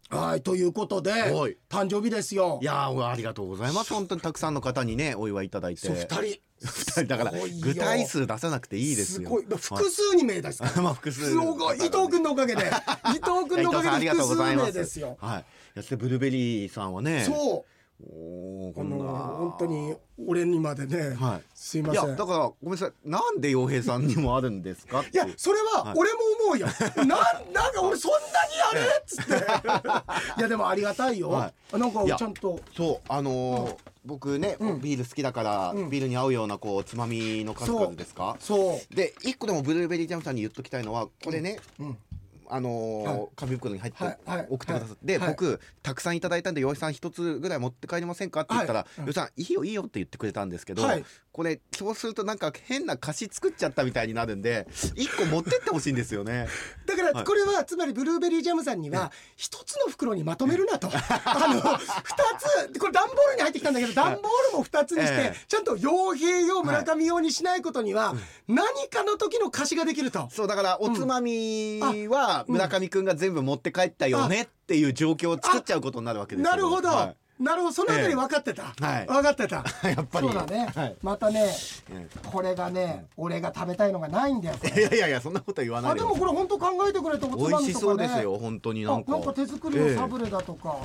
はい、ということではい誕生日ですよ。 いやーありがとうございます。本当にたくさんの方にねお祝いいただいて。 そう2人二人だからすごいよ具体数出さなくていいですよ。 すごい複数に名ですから、 まあ複数すごい伊藤君のおかげで伊藤君のおかげで複数名ですよ。 はい。やってブルーベリーさんはね。 そうおこんな本当に俺にまでね、 はい、 すいません。 いやだからごめんなさい、なんで洋平さんにもあるんですかって。 いやそれは俺も思うよ、なんか俺そんなにやれっつっていやでもありがたいよ、 はなんかちゃんとそう僕ね、ビール好きだから、ビールに合うようなこうつまみの数々ですか。 そうで一個でもブルーベリージャムさんに言っときたいのはこれね、紙袋に入って送ってくださって、僕たくさんいただいたんで洋平さん一つぐらい持って帰りませんかって言ったら、洋平さんいいよいいよって言ってくれたんですけど、これそうするとなんか変な菓子作っちゃったみたいになるんで一個持ってってほしいんですよね。 だからこれはつまりブルーベリージャムさんには一つの袋にまとめるなと、2つこれ段ボールに入ってきたんだけど段ボールも2つにしてちゃんと洋平用村上用にしないことには何かの時の菓子ができると。 そうだからおつまみは村上くんが全部持って帰ったよねっていう状況を作っちゃうことになるわけですよ。 なるほど、なるほど、そのあたり分かってた、分かってたやっぱりそうだね、またね、これがね俺が食べたいのがないんだよ。 いやそんなこと言わないで。 でもこれ本当考えてくれておつまみとかね、 美味しそうですよ本当に。なんか手作りのサブレだとか、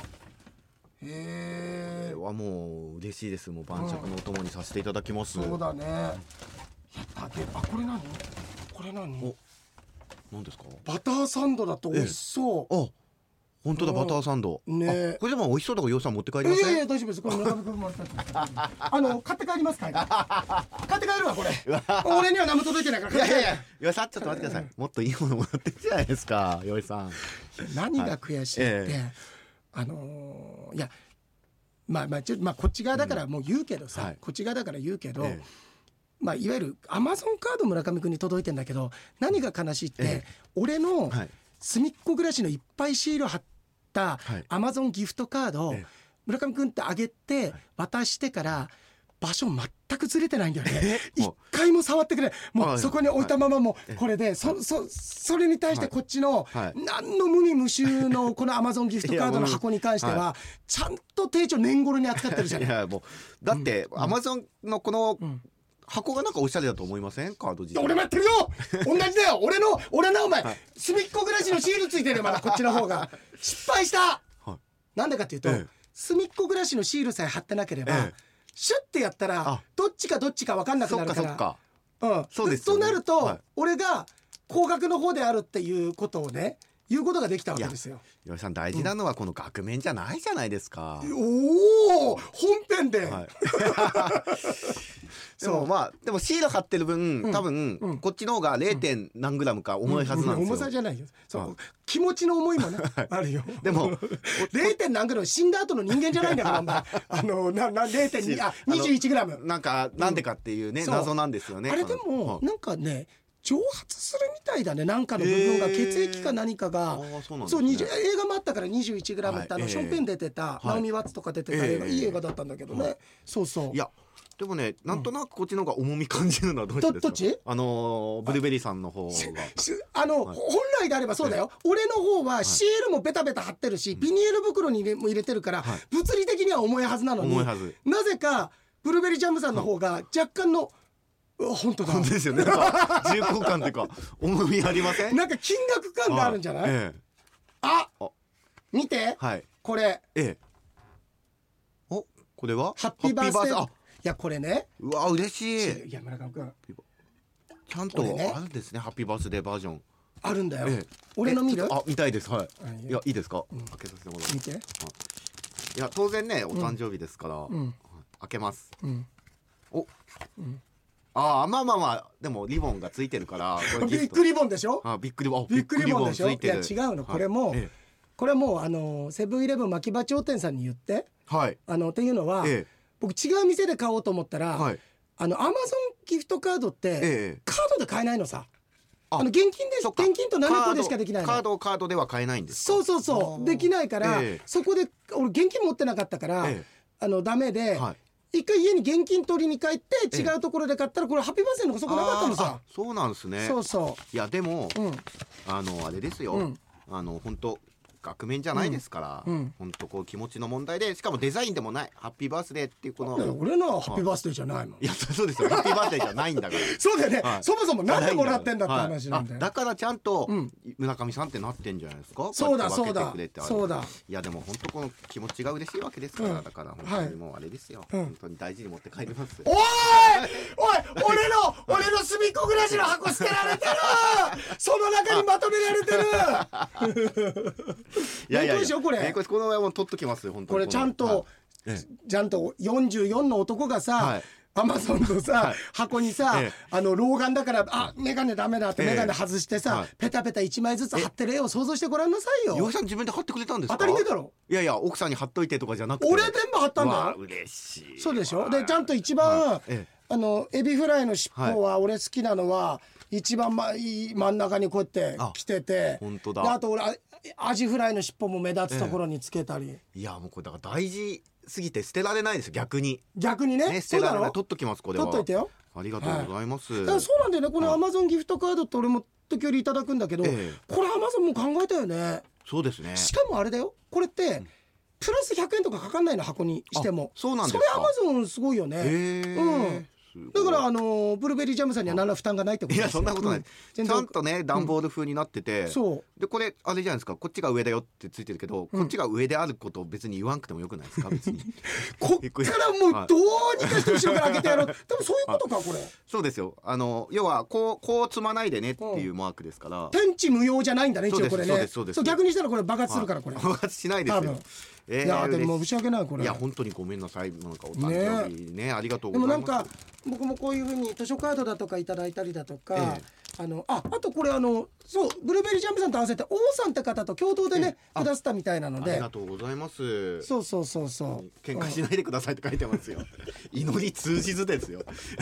はもう嬉しいです。もう晩酌のお供にさせていただきます。 そうだね。いやだけどこれ何これ何何ですか。 バターサンドだと美味しそう。 本当だバターサンドね。 これでも美味しそうだから洋さん持って帰りません。 いや大丈夫です。これ村上君もらった買って帰りますか。買って帰るわこれ。俺には何も届いてないから。 いや洋さんちょっと待ってください。もっといいものもらってるじゃないですか洋さん。 何が悔しいって、いやまあこっち側だからもう言うけどさ、こっち側だから言うけど、いわゆるアマゾンカード村上君に届いてんだけど、何が悲しいって、俺の隅っこ暮らしのいっぱいシール貼ったアマゾンギフトカード、村上君ってあげて渡してから場所全くずれてないんだよね。一回も触ってくれ、もうそこに置いたままもこれでそれに対してこっちの何の無味無臭のこのアマゾンギフトカードの箱に関してはちゃんと丁重年頃に扱ってるじゃない。 いやもうだってアマゾンのこの箱がなんかおしゃれだと思いません。カード自体俺もやってるよ同じだよ。俺のお前隅っこ暮らしのシールついてるよまだこっちの方が失敗した。なんでかっていうと隅っこ暮らしのシールさえ貼ってなければシュッてやったらどっちか分かんなくなるから。そうですとなると俺が高額の方であるっていうことをね言うことができたわけですよ。 岩井さん大事なのはこの額面じゃないじゃないですか。 おお本編で、 でもでもシール貼ってる分多分こっちの方が 0. 何グラムか重いはずなんですよ。 重さじゃないよ。気持ちの重いもねあるよ。 でも 0. 何グラム死んだ後の人間じゃないんだからお前0.21 グラムなんでかっていうね謎なんですよね。 あれでもなんかね蒸発するみたいだね。なんかの部分が血液か何かがそう映画もあったから 21g ってションペン出てたナオミ・ワッツとか出てた映画いい映画だったんだけどね。そうそう。 いやでもねなんとなくこっちの方が重み感じるのはどうしてですか。どっち？ブルーベリーさんの方が本来であればそうだよ。俺の方はシールもベタベタ貼ってるしビニール袋にも入れてるから物理的には重いはずなのになぜかブルーベリージャムさんの方が若干の本当だですよね。重厚感というか重みありません？ なんか金額感があるんじゃない？見てこれこれはハッピーバースデー。いやこれねうわ嬉しい。 いや村上君ちゃんとあるんですね。ハッピーバースデーバージョンあるんだよ。俺の見る？ 見たいです。いやいいですか？開けさせてもらう。 見て。 いや当然ねお誕生日ですから開けます。まあでもリボンがついてるからビッグリボンでしょ。 ビッグリボンでしょ。いや違うのこれもセブンイレブン牧場町店さんに言ってっていうのは僕違う店で買おうと思ったらアマゾンギフトカードってカードで買えないのさ。現金と7個でしかできないの。 カードでは買えないんですか。そうできないからそこで俺現金持ってなかったからダメで一回家に現金取りに帰って違うところで買ったらこれハッピーバースデーのそこなかったのさ。 そうなんですね。いやでもあれですよ本当額面じゃないですから、本当こう気持ちの問題で、しかもデザインでもないハッピーバースデーっていうこの俺のはハッピーバースデーじゃないもん。 いやそうですよ、ハッピーバースデーじゃないんだからそうだよね、そもそもなんでもらってんだって話なんだよ。 だからちゃんと村上さんってなってんじゃないですか。 そうだそうだそうだ。 いやでも本当この気持ちが嬉しいわけですから、だから本当にもうあれですよ、本当に大事に持って帰ります。 おい俺の隅っこ暮らしの箱捨てられてるその中にまとめられてるいやいやいや、 これこの上も取っときますよ本当に。 これちゃんと44の男がさ、アマゾンのさ、箱にさ、老眼だからメガネダメだってメガネ外してさ、ペタペタ1枚ずつ貼ってる絵を想像してごらんなさいよ。 洋平さん自分で貼ってくれたんですか。 当たり前だろ。 いやいや、奥さんに貼っといてとかじゃなくて俺全部貼ったんだよ。 嬉しい。 そうでしょ。でちゃんと一番エビフライの尻尾は俺好きなのは一番真ん中にこうやって来てて、 本当だ。 であと俺アジフライの尻尾も目立つところにつけたり、 いやもうこれだから大事すぎて捨てられないですよ。逆にね、 捨てられない。取っときます。これは取っといてよ。 ありがとうございます。 だからそうなんだよね。このアマゾンギフトカードって俺も時折いただくんだけど、これアマゾンも考えたよね。 そうですね。 しかもあれだよ、これってプラス100円とかかかんないの、箱にしても。 そうなんですか。 それアマゾンすごいよね。だからブルーベリージャムさんには何ら負担がないってことですよ。 いやそんなことない、ちゃんとね段ボール風になってて、でこれあれじゃないですか、こっちが上だよってついてるけど、こっちが上であることを別に言わんくてもよくないですか別にこっからもうどうにかして後ろから開けてやろうでもそういうことかこれ。 そうですよ。要はこう積まないでねっていうマークですから、 天地無用じゃないんだね一応これね。 そうです逆にしたらこれ爆発するから、これ爆発しないですよ。 いやでも申し訳ないこれ。 いや本当にごめんなさい。なんかお誕生日ねありがとうございます。 でもなんか僕もこういう風に図書カードだとかいただいたりだとか、あとこれそうブルーベリージャムさんと合わせて王さんって方と共同でねくださったみたいなので、 ありがとうございます。 そう喧嘩しないでくださいって書いてますよ祈り通じずですよ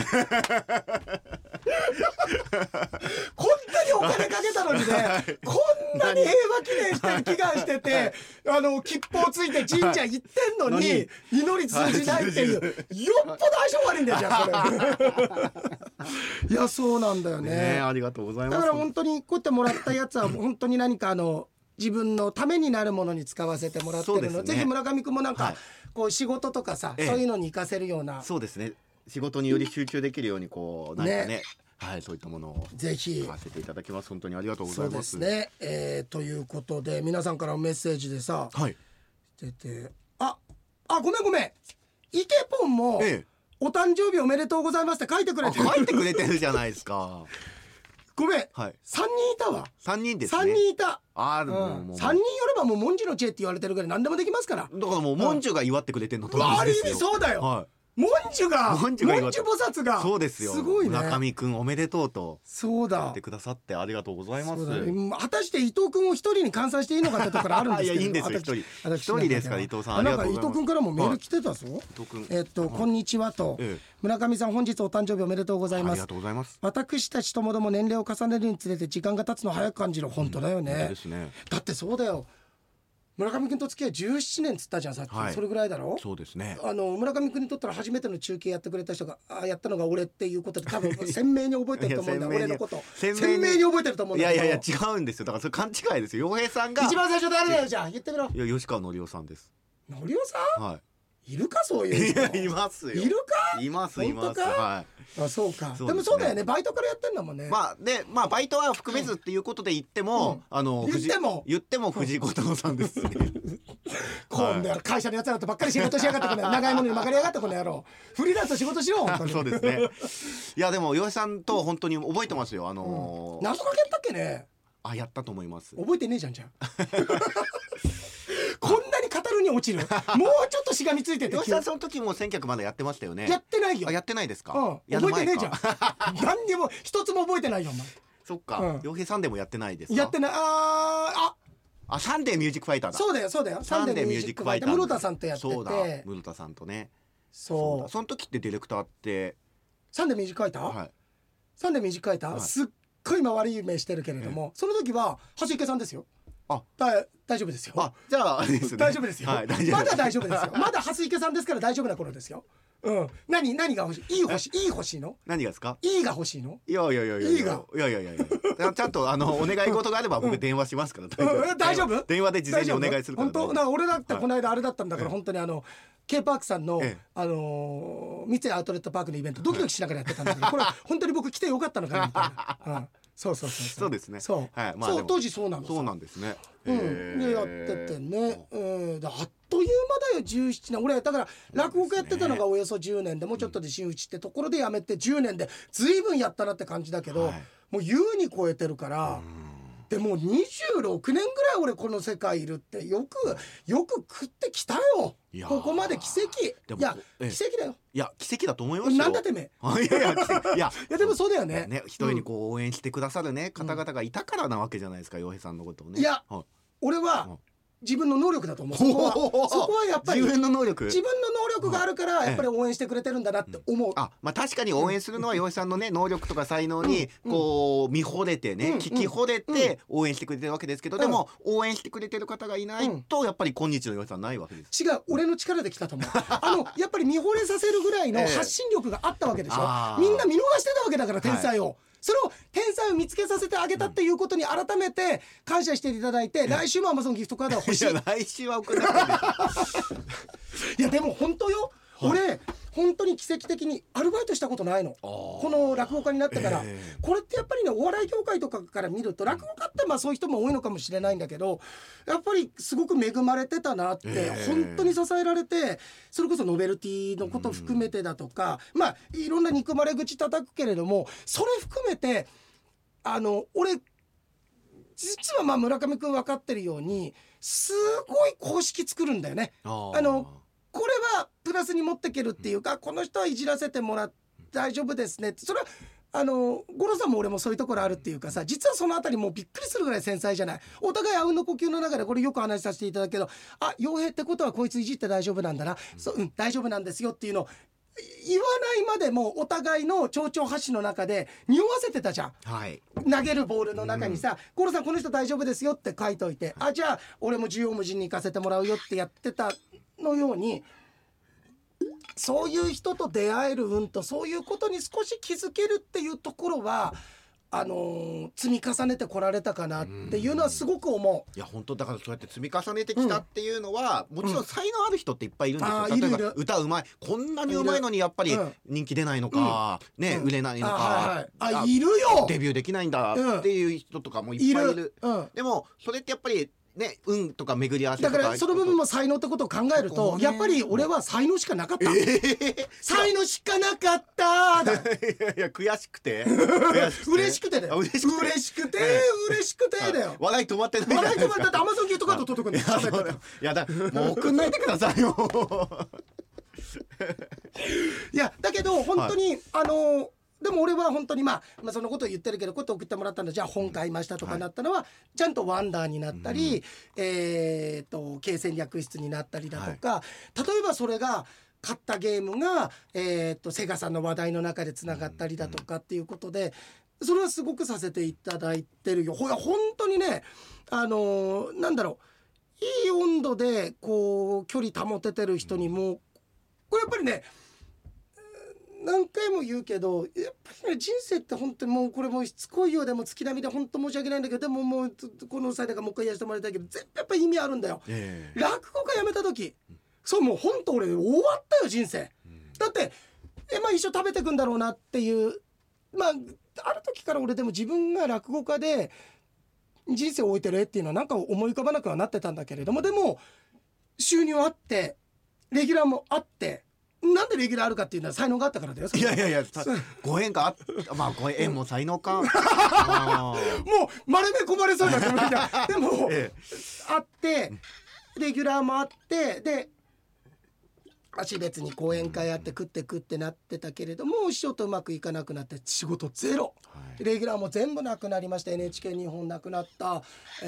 こんなにお金かけたのにねこんなに平和記念してる祈願してて吉報ついて神社行ってんのに祈り通じないっていうよっぽど相性悪いんだよじゃあこれいやそうなんだよね。 ありがとうございます。 だから本当にこうやってもらったやつは本当に何か自分のためになるものに使わせてもらってるので、ぜひ村上くんもなんかこう仕事とかさ、そういうのに活かせるような、 そうですね、仕事により集中できるようにこうなんかね、そういったものをぜひさせていただきます。本当にありがとうございます。 そうですね、ということで皆さんからのメッセージでさ、出てごめんイケポンも、お誕生日おめでとうございますって書いてくれてる。 書いてくれてるじゃないですかごめん、3人いたわ。 3人ですね。 3人いた。 でも 3人寄ればもう文殊の知恵って言われてるぐらい何でもできますから。だからもう文殊が祝ってくれてるのと同じですよ。 ある意味そうだよ。文殊菩薩がそうですよ。 すごいね。 村上くんおめでとうとそうだ言ってくださってありがとうございます。 果たして伊藤くんを一人に換算していいのかってところあるんですけどいやいいんですよ。一人ですから伊藤さんありがとうございます。 伊藤くんからもメール来てたぞ。こんにちはと、村上さん本日お誕生日おめでとうございます。 ありがとうございます。 私たちともども年齢を重ねるにつれて時間が経つの早く感じる。本当だよね。だってそうだよ。村上君と付き合い17年つったじゃんさっき、それぐらいだろ。 そうですね。 村上君にとったら初めての中継やってくれた人がやったのが俺っていうことで多分鮮明に覚えてると思うんだ俺のこと鮮明に覚えてると思うんだけど。 いや違うんですよ。だからそれ勘違いですよ。洋平さんが一番最初誰だよ。じゃあ言ってみろ。 いや吉川のりおさんです。 のりおさん、いるかそういう人。いますよ。 いるか。 います。 そうか。でもそうだよね。バイトからやってんだもんね。 バイトは含めずっていうことで言っても、言っても藤井幸太郎さんですね。 今度は会社のやつらとばっかり仕事しやがってこの長いものに巻かれやがってこの野郎。フリーランス仕事しろ本当に。 そうですね。いやでも洋平さんと本当に覚えてますよ。 謎かけやったっけね。 やったと思います。 覚えてねえじゃんじゃん。こんなに語るに落ちる。もうちょっとしがみついてて。 吉田さんその時も千客まだやってましたよね。 やってないよ。 やってないですか。 覚えてねえじゃん。何にも一つも覚えてないよお前。 そっか。洋平さんでもやってないですか。 やってない。 サンデーミュージックファイターだ。 そうだよサンデーミュージックファイター。室田さんとやってて。 そうだ室田さんとね。 その時ってディレクターってサンデーミュージックファイター。サンデーミュージックファイターすっごい今悪い目してるけれども、その時は橋池さんですよ。大丈夫ですよ。 じゃあ大丈夫ですよ。まだ大丈夫ですよ。まだ蓮池さんですから大丈夫な頃ですよ。 何が欲しい？いい欲しいの？ 何がですか？ いいが欲しいの？ いやちゃんとお願い事があれば僕電話しますから。 大丈夫？ 電話で事前にお願いするから。 本当？俺だってこの間あれだったんだから、本当にK パークさんの三井アウトレットパークのイベントドキドキしながらやってたんだけど、これ本当に僕来てよかったのかなみたいな。そうですね。そう当時そうなの。 そうなんですね。 でやっててね、あっという間だよ17年。俺だから落語家やってたのがおよそ10年で、もうちょっとで真打ちってところでやめて10年で随分やったなって感じだけど、もう優に超えてるから。でもう26年ぐらい俺この世界いるって、よく食ってきたよ。ここまで奇跡。いや奇跡だよ。 いや奇跡だと思いますよ。 なんだてめえ。いやでもそうだよね。 一人にこう応援してくださるね方々がいたからなわけじゃないですか、洋平さんのことをね。 いや俺は自分の能力だと思う。そこはやっぱり自分の能力があるからやっぱり応援してくれてるんだなって思う。 確かに応援するのは洋平さんのね能力とか才能にこう見惚れてね、聞き惚れて応援してくれてるわけですけど、でも応援してくれてる方がいないとやっぱり今日の洋平さんないわけです。 違う、俺の力で来たと思う。やっぱり見惚れさせるぐらいの発信力があったわけでしょ。みんな見逃してたわけだから、天才を。それを天才を見つけさせてあげたっていうことに改めて感謝していただいて、来週も Amazon ギフトカードは欲しい。 いや来週は送らないいやでも本当よ、俺本当に奇跡的にアルバイトしたことないの、この落語家になってから。これってやっぱりね、お笑い業界とかから見ると落語家ってそういう人も多いのかもしれないんだけど、やっぱりすごく恵まれてたなって、本当に支えられて、それこそノベルティのこと含めてだとか、いろんな憎まれ口叩くけれども、それ含めて俺実は村上くん分かってるようにすごい公式作るんだよね。これはプラスに持っていけるっていうか、この人はいじらせてもらって大丈夫ですねって。それは五郎さんも俺もそういうところあるっていうかさ、実はそのあたりもうびっくりするぐらい繊細じゃない。お互いあうんの呼吸の中でこれよく話させていただくけど、傭兵ってことはこいついじって大丈夫なんだな、大丈夫なんですよっていうのを言わないまでもお互いの丁々発止の中で匂わせてたじゃん、投げるボールの中にさ、五郎さんこの人大丈夫ですよって書いといて、じゃあ俺も縦横無尽に行かせてもらうよってやってたのように、そういう人と出会える運と、そういうことに少し気づけるっていうところは積み重ねてこられたかなっていうのはすごく思う。 いや本当だから、そうやって積み重ねてきたっていうのは、もちろん才能ある人っていっぱいいるんですよ。例えば歌うまい、こんなにうまいのにやっぱり人気出ないのか、売れないのか、 いるよ、 デビューできないんだっていう人とかもいっぱいいる。でもそれってやっぱりね、運とか巡り合わせとか、 だからその部分も才能ってことを考えると、やっぱり俺は才能しかなかった、才能しかなかったいや悔しくて嬉しくてだよ、嬉しくてだよ。 笑い止まってない。 笑い止まって、だって Amazon ギフトカード届くんだよ。 いやもう送んないでくださいよいやだけど本当にでも俺は本当にそのことを言ってるけど、こうやって送ってもらったんだ、じゃあ本買いましたとかなったのは、ちゃんとワンダーになったり、経戦略室になったりだとか、例えばそれが買ったゲームが、セガさんの話題の中でつながったりだとかっていうことで、それはすごくさせていただいてるよ。本当にね、なんだろう、いい温度でこう距離保ててる人にも、これやっぱりね、何回も言うけど、やっぱりね、人生って本当にもうこれもしつこいようでも月並みで本当申し訳ないんだけど、でももうこの際だからもう一回やらせてもらいたいけど、全部やっぱり意味あるんだよ。落語家やめた時、もう本当俺終わったよ人生。だって一生食べてくんだろうなっていう、ある時から俺でも自分が落語家で人生を置いてる絵っていうのはなんか思い浮かばなくはなってたんだけれども、でも収入あってレギュラーもあって、なんでレギュラーあるかっていうのは才能があったからだよ。 いやご縁がご縁も才能かもう丸め込まれそうになってでも、あってレギュラーもあって、で足別に講演会やって食ってくってなってたけれども、師匠とうまくいかなくなって仕事ゼロ、レギュラーも全部なくなりました。 NHK 日本なくなった、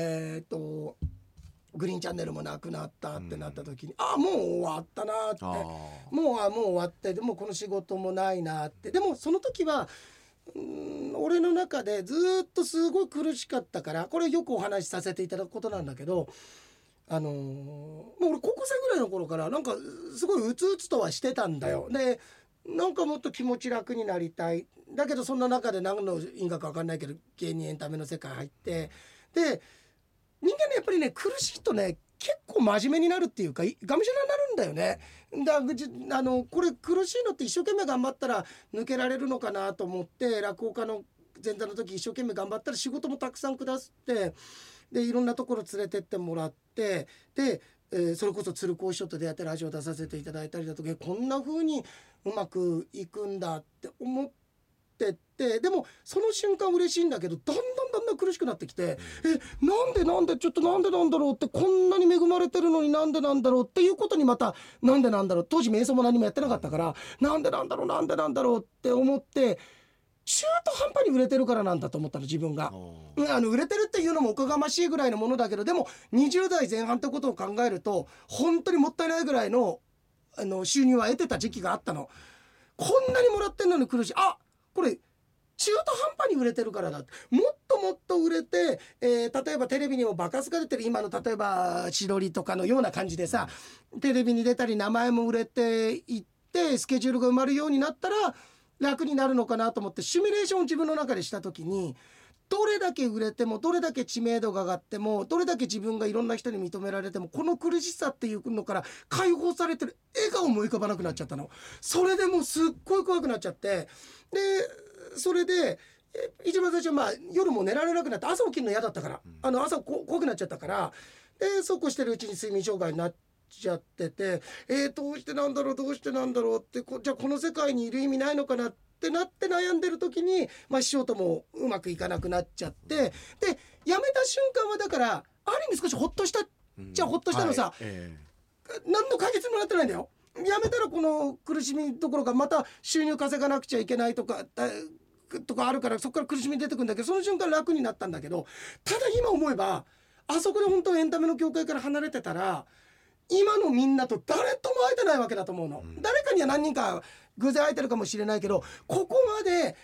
グリーンチャンネルもなくなったってなった時に、もう終わったなって、もう終わって、でもこの仕事もないなって。でもその時は俺の中でずっとすごい苦しかったから、これよくお話しさせていただくことなんだけど、もう俺高校生ぐらいの頃からなんかすごいうつうつとはしてたんだよ。でなんかもっと気持ち楽になりたい。だけどそんな中で何の因果か分かんないけど芸人エンタメの世界入って、で人間ねやっぱりね苦しいとね結構真面目になるっていうかがむしゃらになるんだよね。これ苦しいのって一生懸命頑張ったら抜けられるのかなと思って落語家の前座の時一生懸命頑張ったら仕事もたくさんくださってでいろんなところ連れてってもらってで、それこそ鶴光師匠と出会ってラジオ出させていただいたりだとかこんな風にうまくいくんだって思ってってでもその瞬間嬉しいんだけどだんだん苦しくなってきてなんでちょっとなんでなんだろうってこんなに恵まれてるのになんでなんだろうっていうことにまたなんでなんだろう当時瞑想も何もやってなかったからなんでなんだろうって思って中途半端に売れてるからなんだと思ったの自分が。売れてるっていうのもおこがましいぐらいのものだけどでも20代前半ってことを考えると本当にもったいないぐらいの収入は得てた時期があったの。こんなにもらってんのに苦しいこれ中途半端に売れてるからだってもっと売れて、例えばテレビにもバカスが出てる今の例えば千鳥とかのような感じでさテレビに出たり名前も売れていってスケジュールが埋まるようになったら楽になるのかなと思ってシミュレーションを自分の中でした時にどれだけ売れてもどれだけ知名度が上がってもどれだけ自分がいろんな人に認められてもこの苦しさっていうのから解放されてる笑顔も浮かばなくなっちゃったの。それでもうすっごい怖くなっちゃってでそれで一番最初夜も寝られなくなって朝起きるの嫌だったから朝怖くなっちゃったからでそうこうしてるうちに睡眠障害になっちゃっててどうしてなんだろうってじゃあこの世界にいる意味ないのかなってなって悩んでる時に師匠ともうまくいかなくなっちゃってで辞めた瞬間はだからある意味少しほっとしたじゃあほっとしたのさ、何の解決もなってないんだよ。辞めたらこの苦しみどころかまた収入稼がなくちゃいけないとかあるからそこから苦しみ出てくるんだけどその瞬間楽になったんだけどただ今思えばあそこで本当エンタメの業界から離れてたら今のみんなと誰とも会えてないわけだと思うの、誰かには何人か偶然会えてるかもしれないけどここまで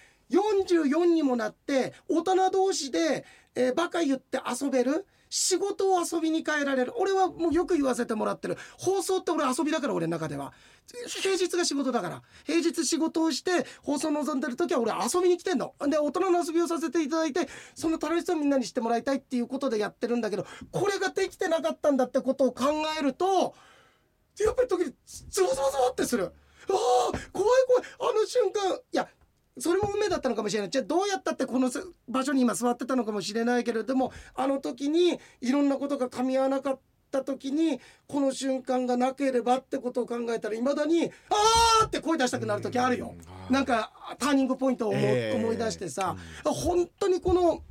44にもなって大人同士で、バカ言って遊べる仕事を遊びに変えられる。俺はもうよく言わせてもらってる放送って俺遊びだから俺の中では平日が仕事だから平日仕事をして放送望んでる時は俺遊びに来てんので大人の遊びをさせていただいてその楽しさをみんなに知ってもらいたいっていうことでやってるんだけどこれができてなかったんだってことを考えるとやっぱり時にゾワゾワゾワってする。怖いあの瞬間いやそれも運命だったのかもしれない。じゃあどうやったってこの場所に今座ってたのかもしれないけれどもあの時にいろんなことが噛み合わなかった時にこの瞬間がなければってことを考えたらいまだにって声出したくなる時あるよ。なんかターニングポイントを思い出してさ、本当にこの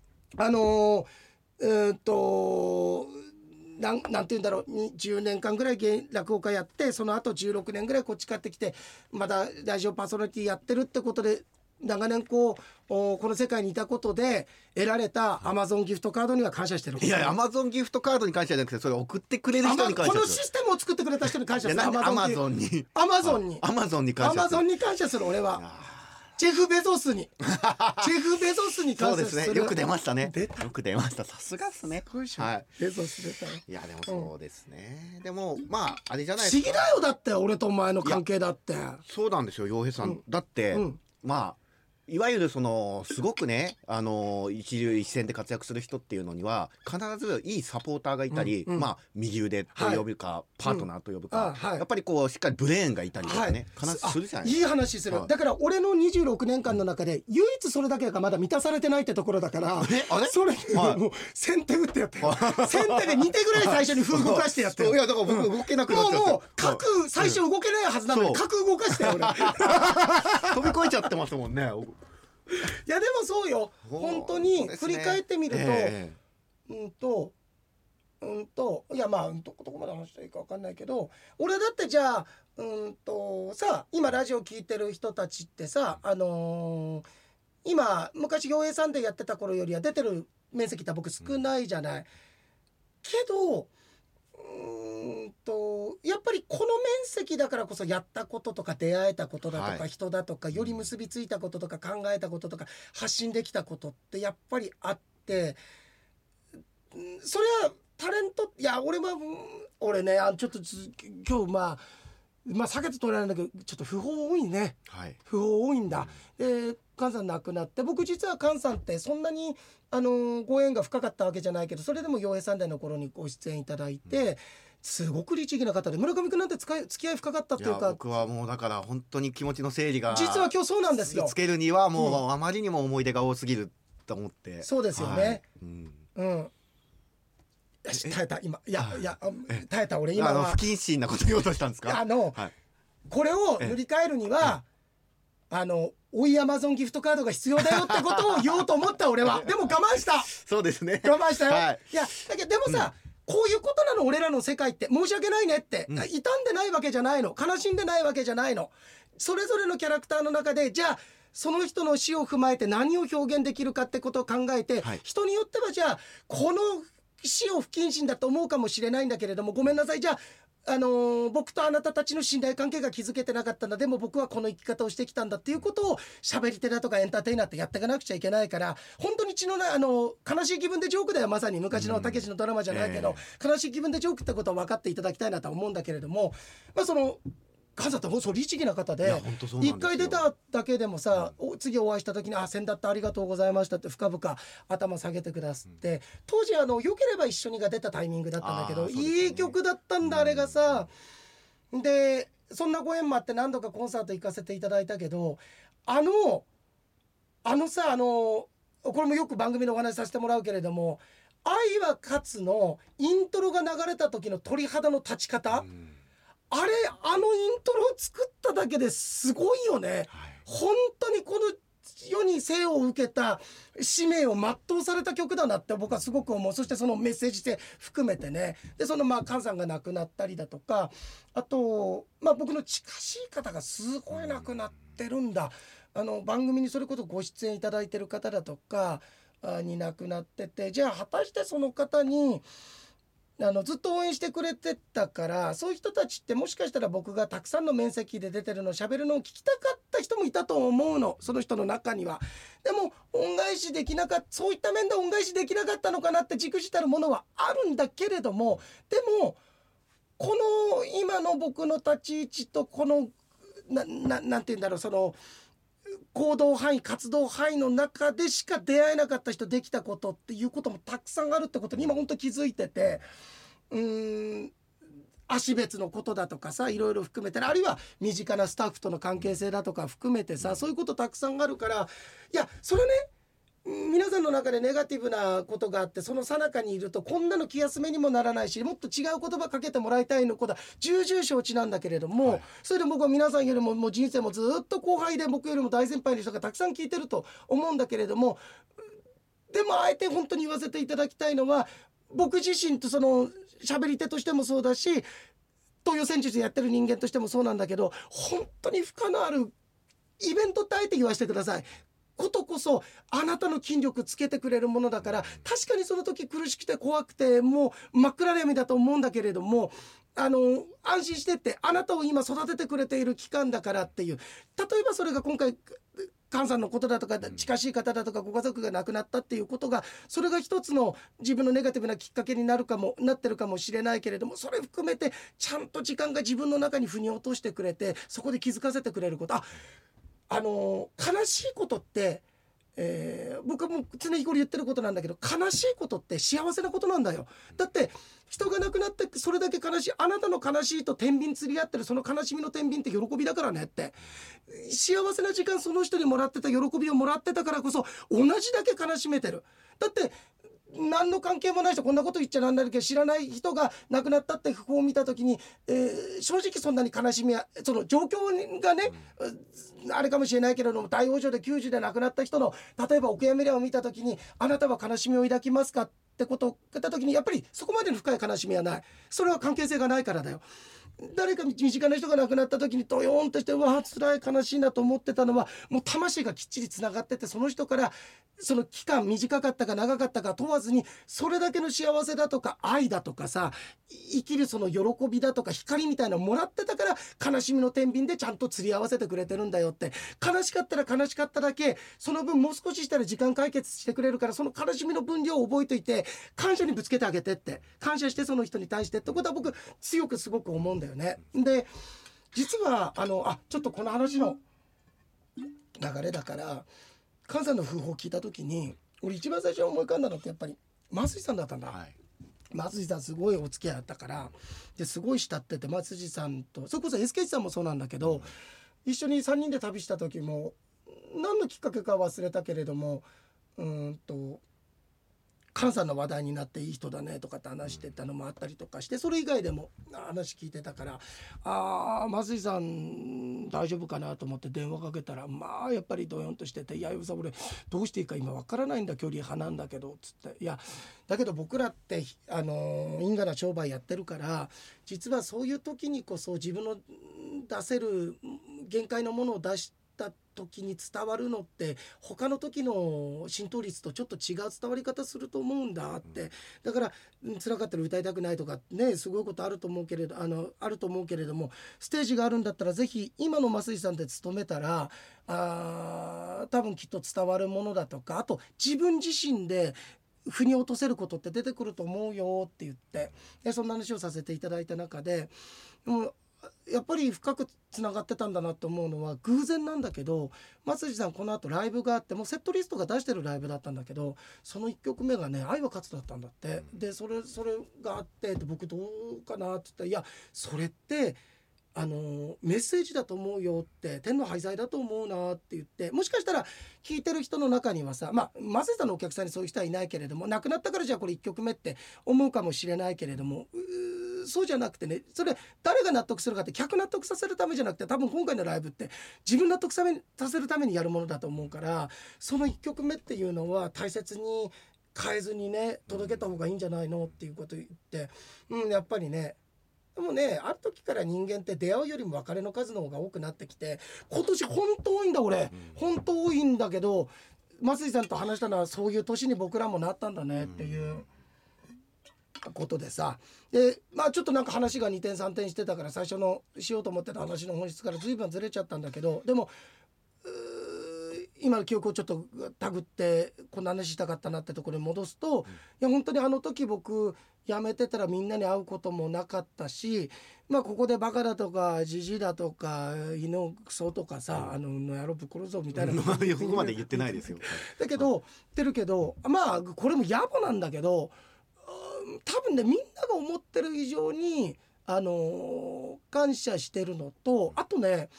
なんて言うんだろう10年間ぐらい落語家やってその後16年ぐらいこっち帰ってきてまだラジオパーソナリティやってるってことで長年この世界にいたことで得られたアマゾンギフトカードには感謝してる。 いやアマゾンギフトカードに感謝じゃなくてそれ送ってくれる人に感謝する。このシステムを作ってくれた人に感謝する。 アマゾンに感謝する。俺はジェフ・ベゾスに感謝する。 そうですね。よく出ましたね。よく出ました。さすがですね。 はい。ベゾス出たよ。 いやでもそうですね。でもあれじゃないですか。 不思議だよだって俺とお前の関係だって。 そうなんですよ陽平さん。だっていわゆるすごくね一流一線で活躍する人っていうのには必ずいいサポーターがいたり、右腕と呼ぶか、パートナーと呼ぶか、やっぱりしっかりブレーンがいたりとかね、必ずするじゃないですか。 いい話する、だから俺の26年間の中で唯一それだけがまだ満たされてないってところだからそれもう先手打ってやって先手で2手ぐらい最初に風動かしてやっていやだから僕動けなくなっちゃってもう角最初動けないはずなのに角動かして俺飛び越えちゃってますもんね。 いやでもそうよ本当に振り返ってみると、いやどこまで話したらいいか分かんないけど俺だってじゃあさ今ラジオ聞いてる人たちってさ今昔陽平さんでやってた頃よりは出てる面積って僕少ないじゃない、けどやっぱりこの面積だからこそやったこととか出会えたことだとか人だとかより結びついたこととか考えたこととか発信できたことってやっぱりあってそれはタレント、いや俺ねちょっと今日避けて通れないんだけど、ちょっと訃報多いね、 はい、 訃報多いんだ。で菅さん亡くなって、僕実は菅さんってそんなにご縁が深かったわけじゃないけど、それでも陽平サンデーの頃にご出演いただいて、すごく律儀な方で、村上君なんて付き合い深かったっていうか。 僕はもうだから本当に気持ちの整理が実は今日そうなんですよ。 つけるにはもうあまりにも思い出が多すぎると思って、 そうですよね、 はい、 よし耐えた今、耐えた。俺今は不謹慎なこと言おうとしたんですか。 はい、これを塗り替えるにはおいアマゾンギフトカードが必要だよってことを言おうと思った俺は。でも我慢した。 そうですね、 我慢したよ、 はい、 いやだけどでもさ、こういうことなの俺らの世界って。申し訳ないねって、傷んでないわけじゃないの、悲しんでないわけじゃないの。それぞれのキャラクターの中で、じゃあその人の死を踏まえて何を表現できるかってことを考えて、人によってはじゃあこの死を不謹慎だと思うかもしれないんだけれども、ごめんなさい、じゃあ僕とあなたたちの信頼関係が築けてなかったんだ、でも僕はこの生き方をしてきたんだっていうことを喋り手だとかエンターテイナーってやっていかなくちゃいけないから、本当に血のない悲しい気分でジョークだよ。まさに昔のたけしのドラマじゃないけど、悲しい気分でジョークってことを分かっていただきたいなとは思うんだけれども、その菅さんってもう律儀な方で、一回出ただけでもさ、次お会いした時に先だってありがとうございましたって深々頭下げてくださって、当時良ければ一緒にが出たタイミングだったんだけど、いい曲だったんだあれがさ。でそんなご縁もあって何度かコンサート行かせていただいたけど、これもよく番組のお話しさせてもらうけれども、愛は勝つのイントロが流れた時の鳥肌の立ち方、あれイントロを作っただけですごいよね、本当にこの世に生を受けた使命を全うされた曲だなって僕はすごく思う。そしてそのメッセージ性含めてね。でその菅さんが亡くなったりだとか、あと僕の近しい方がすごい亡くなってるんだ。番組にそれこそご出演いただいてる方だとかに亡くなってて、じゃあ果たしてその方にずっと応援してくれてたから、そういう人たちってもしかしたら僕がたくさんの面積で出てるのを喋るのを聞きたかった人もいたと思うの、その人の中には。でも恩返しできなかった、そういった面で恩返しできなかったのかなってじくじたるものはあるんだけれども、でもこの今の僕の立ち位置とこのなんて言うんだろう、その行動範囲活動範囲の中でしか出会えなかった人できたことっていうこともたくさんあるってことに今本当気づいてて、足別のことだとかさ、いろいろ含めて、あるいは身近なスタッフとの関係性だとか含めてさ、そういうことたくさんあるから、いやそれね、皆さんの中でネガティブなことがあって、その最中にいるとこんなの気休めにもならないし、もっと違う言葉かけてもらいたいのことは重々承知なんだけれども、それで僕は皆さんよりももう人生もずっと後輩で、僕よりも大先輩の人がたくさん聞いてると思うんだけれども、でもあえて本当に言わせていただきたいのは、僕自身とその喋り手としてもそうだし、東洋戦術やってる人間としてもそうなんだけど、本当に負荷のあるイベントってあえて言わせてくださいことこそあなたの筋力つけてくれるものだから、確かにその時苦しくて怖くてもう真っ暗闇だと思うんだけれども、安心してって、あなたを今育ててくれている期間だからっていう、例えばそれが今回菅さんのことだとか近しい方だとかご家族が亡くなったっていうことが、それが一つの自分のネガティブなきっかけになってるかもしれないけれども、それ含めてちゃんと時間が自分の中に腑に落としてくれて、そこで気づかせてくれること、悲しいことって、僕はもう常日頃言ってることなんだけど、悲しいことって幸せなことなんだよ。だって人が亡くなってそれだけ悲しい、あなたの悲しいと天秤釣り合ってるその悲しみの天秤って喜びだからねって、幸せな時間その人にもらってた喜びをもらってたからこそ同じだけ悲しめてる。だって何の関係もない人、こんなこと言っちゃなんだけど、知らない人が亡くなったって訃報を見た時に、正直そんなに悲しみは、その状況がね、あれかもしれないけれども、大往生で90で亡くなった人の例えばお悔やみ例を見た時に、あなたは悲しみを抱きますかってことを言った時に、やっぱりそこまでの深い悲しみはない。それは関係性がないからだよ。 誰か身近な人が亡くなった時にドヨーンとしてうわ辛い悲しいなと思ってたのはもう魂がきっちりつながってて、その人からその期間短かったか長かったか問わずにそれだけの幸せだとか愛だとかさ、生きるその喜びだとか光みたいなのもらってたから悲しみの天秤でちゃんと釣り合わせてくれてるんだよって。悲しかったら悲しかっただけその分もう少ししたら時間解決してくれるから、その悲しみの分量を覚えといて感謝にぶつけてあげてって、感謝してその人に対してってことは僕強くすごく思うんだよね。で実はちょっとこの話の流れだから菅さんの訃報を聞いた時に俺一番最初に思い浮かんだのってやっぱり松井さんだったんだ、はい、松井さんすごいお付き合いあったからですごい慕ってて、松井さんとそれこそ SK さんもそうなんだけど、一緒に3人で旅した時も何のきっかけか忘れたけれども菅さんの話題になっていい人だねとかって話してたのもあったりとかして、それ以外でも話聞いてたから、松井さん大丈夫かなと思って電話かけたら、まあやっぱりドヨンとしてて、いやさ俺どうしていいか今わからないんだ、距離派なんだけどつって、いやだけど僕らって因果な商売やってるから、実はそういう時にこそ自分の出せる限界のものを出した時に伝わるのって他の時の浸透率とちょっと違う伝わり方すると思うんだって。だから辛かったら歌いたくないとかね、すごいことあると思うけれどあると思うけれども、ステージがあるんだったらぜひ今の増井さんで勤めたら多分きっと伝わるものだとか、あと自分自身で腑に落とせることって出てくると思うよって言って、そんな話をさせていただいた中で、もうやっぱり深くつながってたんだなと思うのは偶然なんだけど、松井さんこの後ライブがあって、もうセットリストが出してるライブだったんだけど、その1曲目がね愛は勝つだったんだって。でそれがあって僕どうかなって言ったら、いやそれってメッセージだと思うよって、天の廃材だと思うなって言って、もしかしたら聞いてる人の中にはさ、松井さんのお客さんにそういう人はいないけれども、亡くなったからじゃあこれ1曲目って思うかもしれないけれども、そうじゃなくてね、それ誰が納得するかって客納得させるためじゃなくて、多分今回のライブって自分納得させるためにやるものだと思うから、その1曲目っていうのは大切に変えずにね届けた方がいいんじゃないのっていうことを言って、やっぱりね、でもね、ある時から人間って出会うよりも別れの数の方が多くなってきて、今年本当多いんだ俺、本当多いんだけど、増井さんと話したのはそういう年に僕らもなったんだねっていうことでさ、でちょっとなんか話が2点3点してたから最初のしようと思ってた話の本質から随分ずれちゃったんだけど、でも今の記憶をちょっとたぐってこんな話したかったなってところに戻すと、いや本当にあの時僕辞めてたらみんなに会うこともなかったし、ここでバカだとかジジイだとか犬クソとかさ、のやろぶ殺そうみたいなここまで言ってないですよだけど言ってるけど、これも野暮なんだけど、多分ねみんなが思ってる以上に感謝してるのと、あとね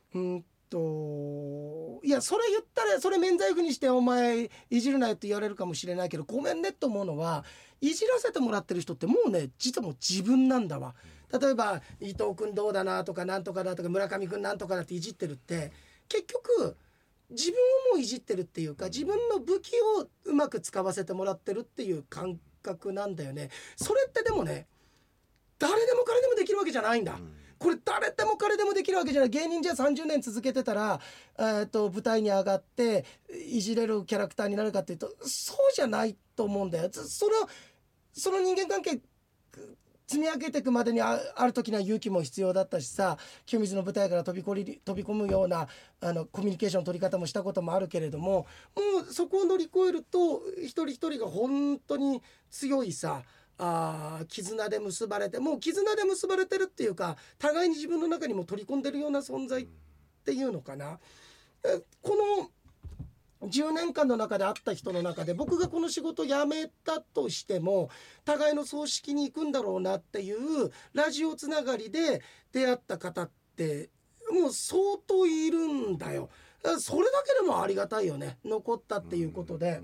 いやそれ言ったらそれ免罪符にしてお前いじるなよって言われるかもしれないけど、ごめんねと思うのは、いじらせてもらってる人ってもうね実はもう自分なんだわ。例えば伊藤君どうだなとかなんとかだとか村上君なんとかだっていじってるって、結局自分をもういじってるっていうか、自分の武器をうまく使わせてもらってるっていう感覚なんだよね。それってでもね誰でも彼でもできるわけじゃないんだ、これ誰でも彼でもできるわけじゃない。芸人じゃ30年続けてたら舞台に上がっていじれるキャラクターになるかっていうとそうじゃないと思うんだよ。その人間関係積み上げていくまでにある時には勇気も必要だったしさ、清水の舞台から飛び込むようなコミュニケーションの取り方もしたこともあるけれども、もうそこを乗り越えると一人一人が本当に強いさ絆で結ばれて、もう絆で結ばれてるっていうか、互いに自分の中にも取り込んでるような存在っていうのかな。この10年間の中で会った人の中で僕がこの仕事辞めたとしても互いの葬式に行くんだろうなっていうラジオつながりで出会った方ってもう相当いるんだよ。それだけでもありがたいよね、残ったっていうことで。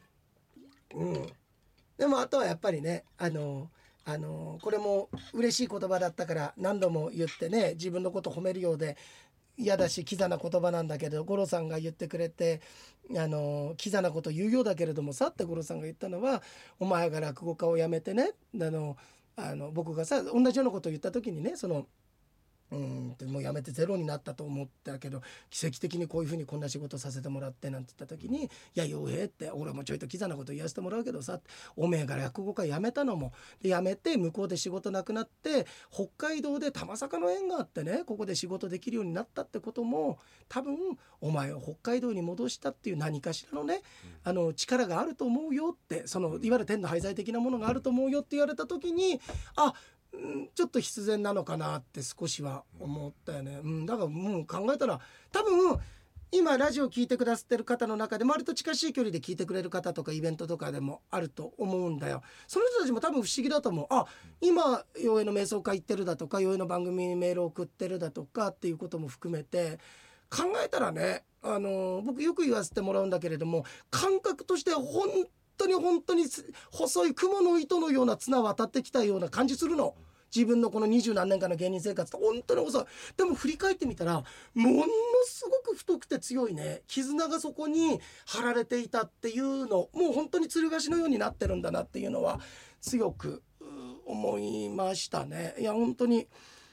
でもあとはやっぱりねこれも嬉しい言葉だったから何度も言ってね、自分のこと褒めるようで嫌だしキザな言葉なんだけど、五郎さんが言ってくれてキザなこと言うようだけれどもさって五郎さんが言ったのは、お前が落語家を辞めてね僕がさ同じようなことを言った時にねもうやめてゼロになったと思ったけど奇跡的にこういうふうにこんな仕事させてもらってなんて言った時に、いや陽平って俺もちょいとキザなこと言わせてもらうけどさ、おめえが落語家辞めたのもで辞めて向こうで仕事なくなって北海道でたまさかの縁があってねここで仕事できるようになったってことも多分お前を北海道に戻したっていう何かしらのね、力があると思うよって、いわゆる天の廃材的なものがあると思うよって言われた時にちょっと必然なのかなって少しは思ったよね。だからもう考えたら多分今ラジオ聞いてくださってる方の中で割と近しい距離で聞いてくれる方とかイベントとかでもあると思うんだよ。その人たちも多分不思議だと思う。今陽平の瞑想会行ってるだとか陽平の番組にメールを送ってるだとかっていうことも含めて考えたらね、僕よく言わせてもらうんだけれども、感覚として本当に細い雲の糸のような綱渡ってきたような感じするの。自分のこの20何年間の芸人生活って本当に細い。でも振り返ってみたらものすごく太くて強いね絆がそこに張られていたっていうの、もう本当に吊り橋のようになってるんだなっていうのは強く思いましたね。いや本当に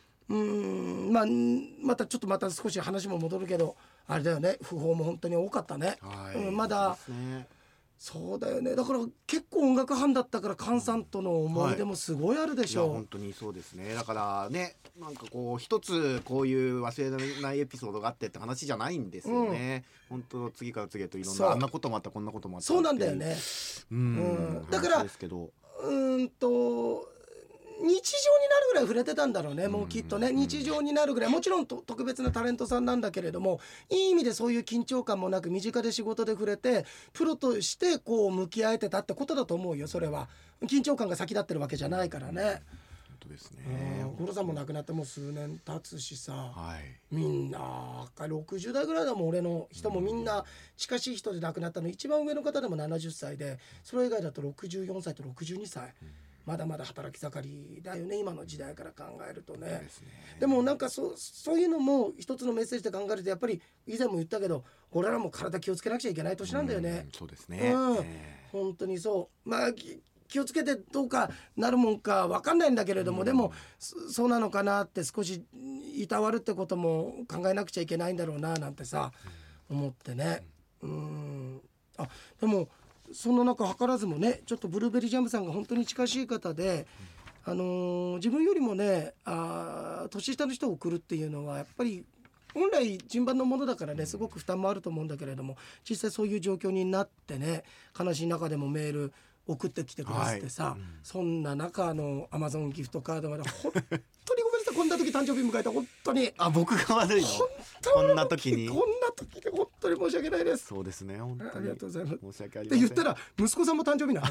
また少し話も戻るけどあれだよね、訃報も本当に多かったね。まだそうだよね。だから結構音楽班だったから菅さんとの思い出もすごいあるでしょう。 いや本当にそうですね。だからねなんかこう一つこういう忘れられないエピソードがあってって話じゃないんですよね。本当次から次へといろんなあんなこともあったこんなこともあったそうなんだよね。だからですけど日常になるぐらい触れてたんだろうね、もうきっとね。日常になるぐらい、もちろん特別なタレントさんなんだけれども、いい意味でそういう緊張感もなく身近で仕事で触れてプロとしてこう向き合えてたってことだと思うよ。それは緊張感が先立ってるわけじゃないからね。 本当ですね。 五郎さんも亡くなってもう数年経つしさ、みんな60代ぐらいだもん。俺の人もみんな近しい人で亡くなったの一番上の方でも70歳で、それ以外だと64歳と62歳、まだまだ働き盛りだよね今の時代から考えるとね。でもなんかそういうのも一つのメッセージで考えると、やっぱり以前も言ったけど俺らも体気をつけなくちゃいけない年なんだよね。 そうですね。 本当にそう。気をつけてどうかなるもんか分かんないんだけれども、でもそうなのかなって少しいたわるってことも考えなくちゃいけないんだろうななんてさ思ってね。でもその中図らずもね、ちょっとブルーベリージャムさんが本当に近しい方で、自分よりもね年下の人を送るっていうのはやっぱり本来順番のものだからね、すごく負担もあると思うんだけれども、実際そういう状況になってね、悲しい中でもメール送ってきてくださってさ、そんな中Amazon ギフトカードまで本当にごめんなさい。こんな時誕生日迎えた本当に僕が悪いの。こんな時で本当に申し訳ないです。 そうですね、本当にありがとうございます。 申し訳ありません。 って言ったら息子さんも誕生日な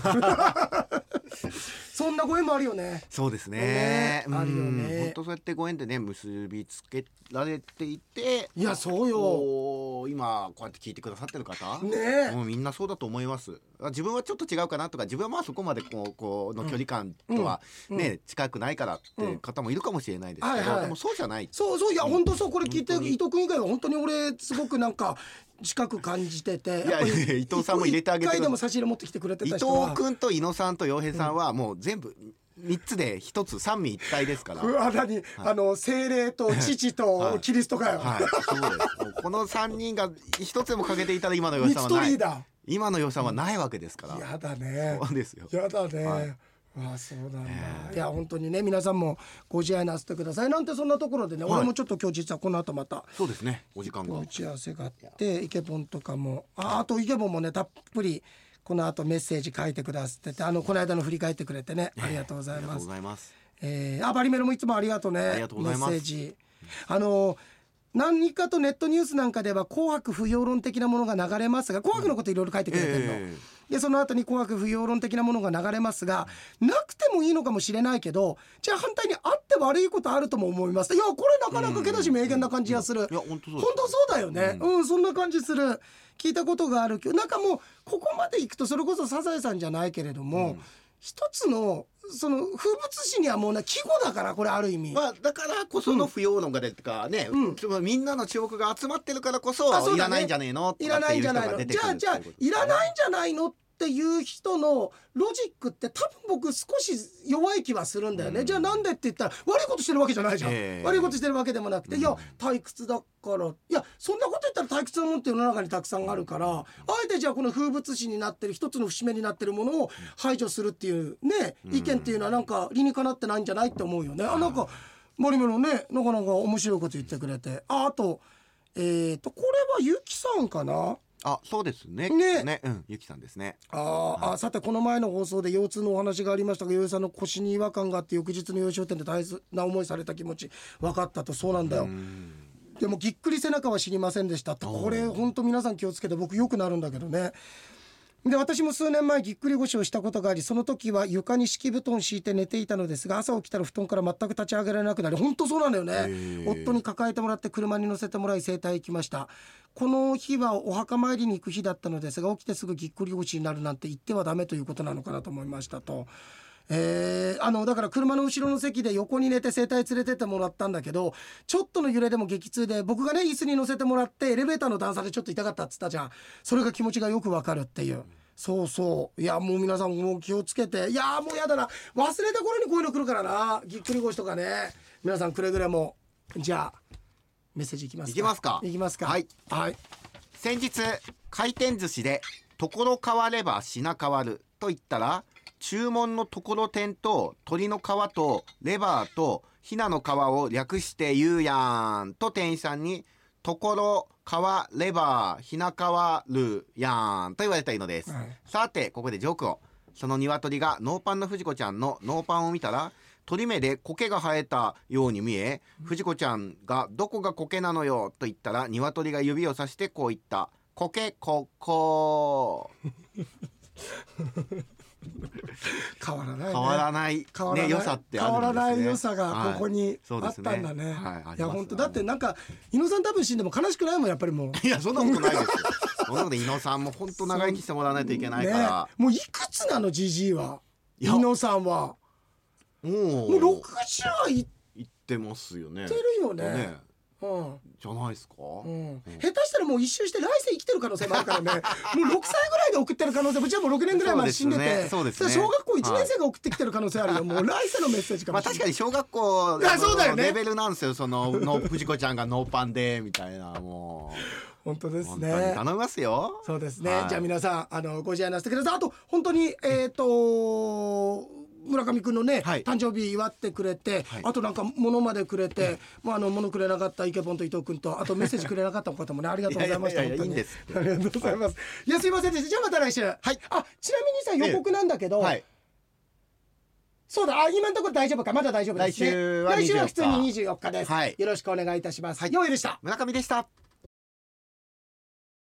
そんなご縁もあるよね。 そうですね、 あるよね。 本当そうやってご縁でね結びつけられていて、 いやそうよ、 今こうやって聞いてくださってる方ね、 もうみんなそうだと思います。自分はちょっと違うかなとか、自分はそこまでこうの距離感とはね、近くないからっていう方もいるかもしれないですけど、でもそうじゃない。 そういや本当そう。これ聞いて伊藤君以外は本当に俺すごくなんか近く感じてて、 いや伊藤さんも入れてあげて、 1回でも差し入れ持ってきてくれてた人は伊藤君と伊野さんと陽平さんはもう全部3つで1つ三位一体ですから。 精霊と父とキリストかよ。 そうです。この3人が1つでもかけていたら今の陽平さんはない。今の陽平さんはないわけですから。 やだね。 そうですよ。 やだね。そうなんだ。いや本当にね、皆さんもご自愛なさってください。なんてそんなところでね、俺もちょっと今日実はこの後またそうですね、お時間が打ち合わせがあって、イケボンとかもあとイケボンもねたっぷりこの後メッセージ書いてくださってて、この間の振り返ってくれてね、ありがとうございます。バリメロもいつもありがとうね。 ありがとうございます。 メッセージ何かとネットニュースなんかでは紅白不要論的なものが流れますが、紅白のこといろいろ書いてくれてるの、でその後に紅白不要論的なものが流れますが、なくてもいいのかもしれないけど、じゃあ反対にあって悪いことあるとも思います。いやこれなかなかけだし名言な感じがする。 いや本当そうだよね。そんな感じする。聞いたことがあるけど、なんかもうここまでいくとそれこそサザエさんじゃないけれども、一つのその風物詩にはもう季語だから、これある意味、 だからこその不要論が出てかね、みんなの注目が集まってるからこそいらないんじゃねえのっていう人が出てくる。 じゃあいらないんじゃないのっっていう人のロジックって多分僕少し弱い気はするんだよね、じゃあなんでって言ったら悪いことしてるわけじゃないじゃん、悪いことしてるわけでもなくて、いや退屈だから、いやそんなこと言ったら退屈なもんって世の中にたくさんあるから、あえてじゃあこの風物詩になってる一つの節目になってるものを排除するっていうね、意見っていうのはなんか理にかなってないんじゃないって思うよね。なんかマリメロね、なかなか面白いこと言ってくれて、あとこれはゆきさんかな。 そうですね。ゆきさんですね。 さてこの前の放送で腰痛のお話がありましたが、よいさんの腰に違和感があって翌日の洋商店で大変な思いされた気持ち分かったと。そうなんだよ。でもぎっくり背中は知りませんでしたって。これ本当皆さん気をつけて、僕よくなるんだけどね。で私も数年前ぎっくり腰をしたことがあり、その時は床に敷布団敷いて寝ていたのですが、朝起きたら布団から全く立ち上げられなくなり、本当そうなんだよね。夫に抱えてもらって車に乗せてもらい整体行きました。この日はお墓参りに行く日だったのですが、起きてすぐぎっくり腰になるなんて言ってはダメということなのかなと思いましたと。だから車の後ろの席で横に寝て整体連れてってもらったんだけど、ちょっとの揺れでも激痛で、僕がね椅子に乗せてもらってエレベーターの段差でちょっと痛かったっつったじゃん。それが気持ちがよくわかるっていう。そうそう、いやもう皆さんも気をつけて。いやもうやだな、忘れた頃にこういうの来るからな、ぎっくり腰とかね。皆さんくれぐれも。じゃあメッセージいきますか。いきますか。はい、はい、 先日回転寿司でところ変われば品変わると言ったら、注文のところてんと鶏の皮とレバーとひなの皮を略して言うやんと店員さんに、ところ皮レバーひな変わるやんと言われたいのです、さてここでジョークを。その鶏がノーパンの藤子ちゃんのノーパンを見たら、鳥目で苔が生えたように見え、藤子ちゃんがどこが苔なのよと言ったら、鶏が指をさしてこう言った。苔ここ変わらないね。 変わらないね、良さってあるんですね。 変わらない良さがここにあったんだね。いや本当だってなんか伊野さん多分死んでも悲しくないもんやっぱりもう。 いやそんなことないですよ。そんなこと伊野さんも本当長生きしてもらわないといけないから。 もういくつなのジジイは。伊野さんはもう60はいってますよね。 いってるよね。 じゃないですか、 下手したらもう一周して来世生きてる可能性もあるからね。もう6歳ぐらいで送ってる可能性も、じゃあもう6年ぐらい前死んでて、小学校1年生が送ってきてる可能性あるよ。もう来世のメッセージかもしれない。 確かに小学校のレベルなんですよ。その藤子ちゃんがノーパンでみたいな、もう本当ですね。 頼みますよ。 そうですね、じゃあ皆さんご自愛なさってください。あと本当に村上くんのね、誕生日祝ってくれて、あとなんか物までくれて、物くれなかったイケポンと伊藤くんと、あとメッセージくれなかった方もね、ありがとうございました。 いいんです。 ありがとうございます。いやすいませんでした。じゃあまた来週。ちなみにさ予告なんだけど、そうだ、今のところ大丈夫か。まだ大丈夫ですね。来週は普通に24日です。よろしくお願いいたします。よいでした。 村上でした。